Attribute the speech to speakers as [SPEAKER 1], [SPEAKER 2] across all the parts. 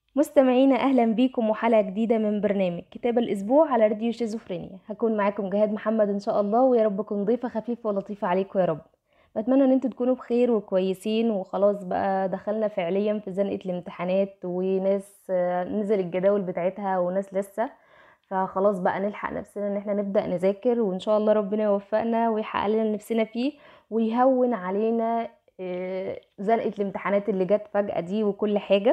[SPEAKER 1] مستمعينا اهلا بيكم وحلقه جديده من برنامج كتاب الاسبوع على راديو شيزوفرينيا. هكون معاكم جهاد محمد ان شاء الله، ويا رب اكون ضيفه خفيفه ولطيفه عليكم يا رب. بتمنى ان انتوا تكونوا بخير وكويسين، وخلاص بقى دخلنا فعليا في زنقه الامتحانات، وناس نزل الجداول بتاعتها وناس لسه. فخلاص بقى نلحق نفسنا ان احنا نبدا نذاكر، وان شاء الله ربنا يوفقنا ويحقق لنا اللي نفسنا فيه ويهون علينا زنقه الامتحانات اللي جت فجاه دي وكل حاجه.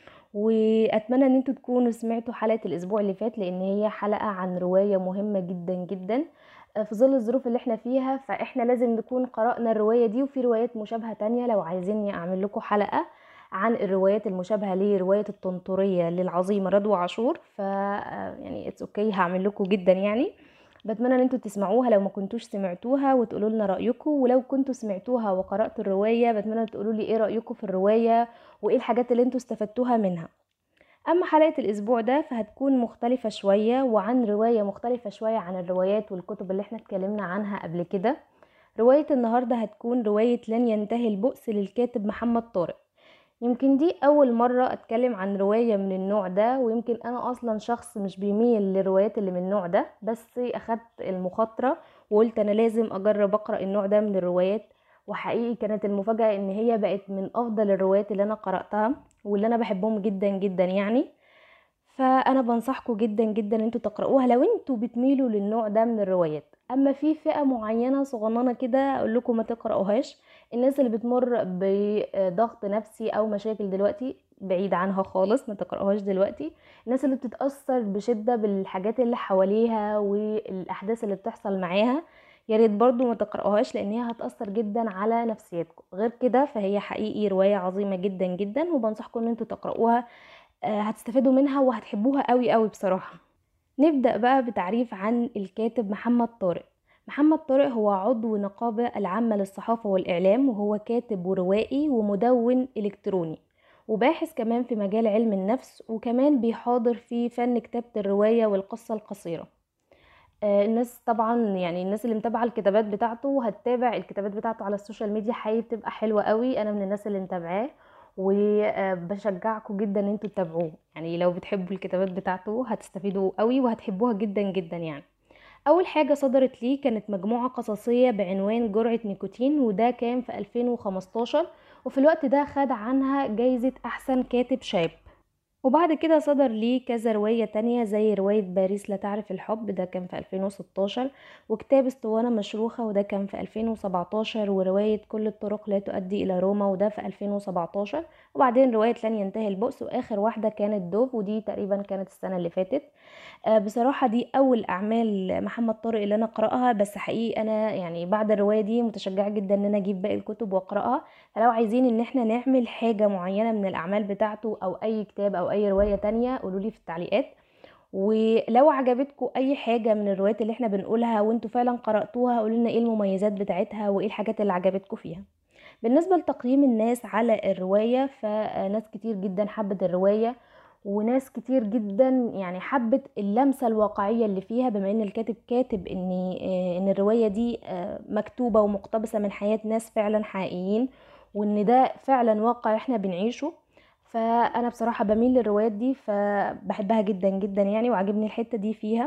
[SPEAKER 1] واتمنى ان انتوا تكونوا سمعتوا حلقة الاسبوع اللي فات، لان هي حلقة عن رواية مهمة جدا جدا. في ظل الظروف اللي احنا فيها فاحنا لازم نكون قرأنا الرواية دي، وفي روايات مشابهة تانية. لو عايزيني اعمل لكم حلقة عن الروايات المشابهة لرواية الطنطورية للعظيمة رضوى عاشور، يعني اتس اوكي، هعمل لكم جدا يعني. بتمنى ان انتوا تسمعوها لو ما كنتوش سمعتوها وتقولوا لنا رأيكم، ولو كنتوا سمعتوها وقرأتوا الرواية بتمنى تقولوا لي ايه رأيكم في الرواية وايه الحاجات اللي انتوا استفدتوها منها. اما حلقة الاسبوع ده فهتكون مختلفة شوية وعن رواية مختلفة شوية عن الروايات والكتب اللي احنا اتكلمنا عنها قبل كده. رواية النهاردة هتكون رواية لن ينتهي البؤس للكاتب محمد طارق. يمكن دي اول مرة اتكلم عن رواية من النوع ده، ويمكن انا اصلا شخص مش بيميل للروايات اللي من النوع ده، بس اخدت المخاطرة وقلت انا لازم اجرب اقرأ النوع ده من الروايات. وحقيقي كانت المفاجأة ان هي بقت من افضل الروايات اللي انا قرأتها واللي انا بحبهم جدا جدا يعني. فانا بنصحكم جدا جدا ان انتوا تقرأوها لو انتوا بتميلوا للنوع ده من الروايات. اما في فئة معينة صغننة كده اقول لكم ما تقرأوهاش. الناس اللي بتمر بضغط نفسي او مشاكل دلوقتي بعيد عنها خالص، ما تقرأوهاش دلوقتي. الناس اللي بتتأثر بشدة بالحاجات اللي حواليها والاحداث اللي بتحصل معاها، يا ريت برضو ما تقرأوهاش، لان هي هتأثر جدا على نفسيتكم. غير كده فهي حقيقي رواية عظيمة جدا جدا، وبنصحكم ان انتوا تقرأوها. هتستفادوا منها وهتحبوها قوي قوي بصراحة. نبدأ بقى بتعريف عن الكاتب محمد طارق. محمد طارق هو عضو نقابة العامة للصحافة والإعلام، وهو كاتب وروائي ومدون إلكتروني، وباحث كمان في مجال علم النفس، وكمان بيحاضر في فن كتابة الرواية والقصة القصيرة. الناس طبعا يعني الناس اللي متابعة الكتابات بتاعته هتتابع الكتابات بتاعته على السوشيال ميديا، حقيقي بتبقى حلوة قوي. انا من الناس اللي متابعاه وبشجعكم جدا ان انتوا تتابعوه. يعني لو بتحبوا الكتابات بتاعته هتستفيدوا قوي وهتحبوها جدا جدا يعني. اول حاجة صدرت ليه كانت مجموعة قصصية بعنوان جرعة نيكوتين، وده كان في 2015، وفي الوقت ده خد عنها جايزة احسن كاتب شاب. وبعد كده صدر ليه كذا رواية تانية زي رواية باريس لا تعرف الحب، ده كان في 2016، وكتاب اسطوانة مشروخة وده كان في 2017، ورواية كل الطرق لا تؤدي إلى روما وده في 2017، وبعدين رواية لن ينتهي البؤس، وآخر واحدة كانت دوف ودي تقريبا كانت السنة اللي فاتت. بصراحة دي أول أعمال محمد طارق اللي أنا أقرأها، بس حقيقي أنا يعني بعد الرواية دي متشجعة جدا إن أنا أجيب باقي الكتب وأقرأها. فلو عايزين إن احنا نعمل حاجة معينة من الأعمال بتاعته أو أي كتاب أو أي رواية تانية قولولي في التعليقات. ولو عجبتكم أي حاجة من الروايات اللي احنا بنقولها وانتوا فعلا قرأتوها قولولنا ايه المميزات بتاعتها وايه الحاجات اللي عجبتكم فيها. بالنسبة لتقييم الناس على الرواية فناس كتير جدا حبت الرواية، وناس كتير جدا يعني حبت اللمسة الواقعية اللي فيها، بما ان الكاتب كاتب ان الرواية دي مكتوبة ومقتبسة من حياة ناس فعلا حقيقيين، وان ده فعلا واقع احنا بنعيشه. فانا بصراحة بميل للروايات دي فبحبها جدا جدا يعني، وعجبني الحتة دي فيها.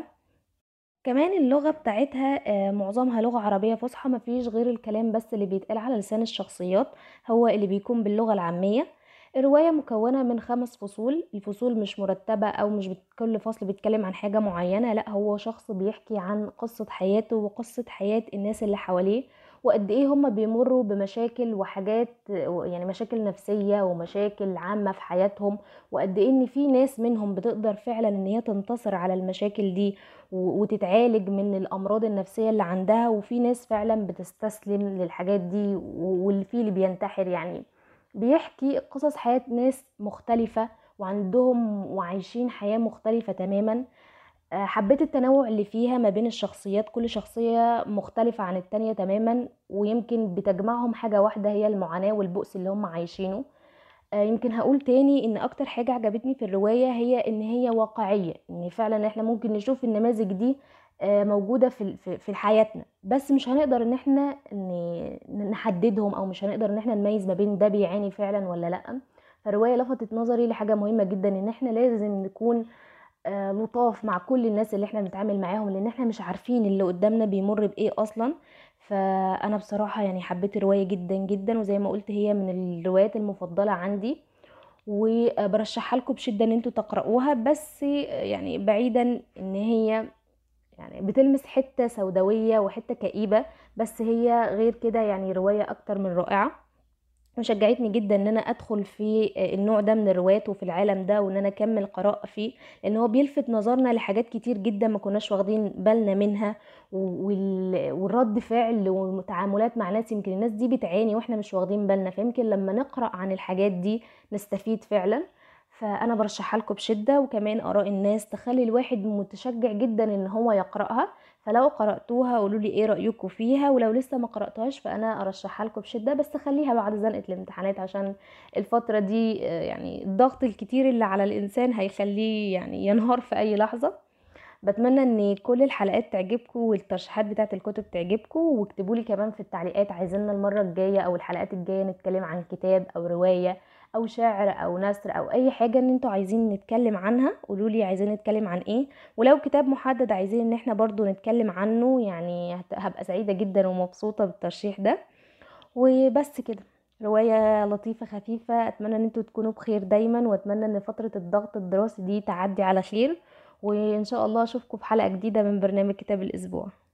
[SPEAKER 1] كمان اللغة بتاعتها معظمها لغة عربية فصحى، مفيش غير الكلام بس اللي بيتقال على لسان الشخصيات هو اللي بيكون باللغة العامية. الرواية مكونة من 5 فصول، الفصول مش مرتبة أو مش كل فصل بيتكلم عن حاجة معينة، لا هو شخص بيحكي عن قصة حياته وقصة حياة الناس اللي حواليه، وقد ايه هم بيمروا بمشاكل وحاجات، يعني مشاكل نفسية ومشاكل عامة في حياتهم، وقد ايه ان في ناس منهم بتقدر فعلا ان هي تنتصر على المشاكل دي وتتعالج من الامراض النفسيه اللي عندها، وفي ناس فعلا بتستسلم للحاجات دي واللي فيه اللي بينتحر يعني. بيحكي قصص حياه ناس مختلفه وعندهم وعايشين حياه مختلفه تماما. حبيت التنوع اللي فيها ما بين الشخصيات، كل شخصيه مختلفه عن التانية تماما، ويمكن بتجمعهم حاجه واحده هي المعاناه والبؤس اللي هم عايشينه. يمكن هقول تاني ان اكتر حاجة عجبتني في الرواية هي ان هي واقعية، ان فعلا احنا ممكن نشوف النماذج دي موجودة في حياتنا، بس مش هنقدر ان احنا نحددهم او مش هنقدر ان احنا نميز ما بين ده بيعاني فعلا ولا لا. فرواية لفتت نظري لحاجة مهمة جدا، ان احنا لازم نكون لطاف مع كل الناس اللي احنا بنتعامل معاهم، لان احنا مش عارفين اللي قدامنا بيمر بايه اصلا. فانا بصراحة يعني حبيت الرواية جدا جدا، وزي ما قلت هي من الروايات المفضلة عندي، وبرشحها لكم بشدة ان انتوا تقرأوها. بس يعني بعيدا ان هي يعني بتلمس حتة سوداوية وحتة كئيبة، بس هي غير كده يعني رواية اكتر من رائعة، وشجعتني جدا ان انا ادخل في النوع ده من الروايات وفي العالم ده، وان انا اكمل قراءة فيه، لان هو بيلفت نظرنا لحاجات كتير جدا ما كناش واخدين بالنا منها، والرد فعل وتعاملات مع ناس يمكن الناس دي بتعاني واحنا مش واخدين بالنا، فيمكن لما نقرأ عن الحاجات دي نستفيد فعلا. فانا برشحها لكم بشدة، وكمان اراء الناس تخلي الواحد متشجع جدا ان هو يقرأها. فلو قرأتوها قولوا لي ايه رأيكم فيها، ولو لسه ما قرأتوهاش فانا ارشحها لكم بشدة، بس خليها بعد زنقة الامتحانات، عشان الفترة دي يعني الضغط الكتير اللي على الانسان هيخليه يعني ينهار في اي لحظة. بتمنى ان كل الحلقات تعجبكم والترشيحات بتاعه الكتب تعجبكم، واكتبوا لي كمان في التعليقات عايزيننا المره الجايه او الحلقات الجايه نتكلم عن كتاب او روايه او شعر او نثر او اي حاجه ان انتوا عايزين نتكلم عنها، قولوا لي عايزين نتكلم عن ايه. ولو كتاب محدد عايزين ان احنا برضو نتكلم عنه، يعني هبقى سعيده جدا ومبسوطه بالترشيح ده. وبس كده، رواية لطيفة خفيفة، اتمنى ان انتوا تكونوا بخير دايما، واتمنى ان فترة الضغط الدراسي دي تعدي على خير، وان شاء الله اشوفكم في حلقة جديدة من برنامج كتاب الاسبوع.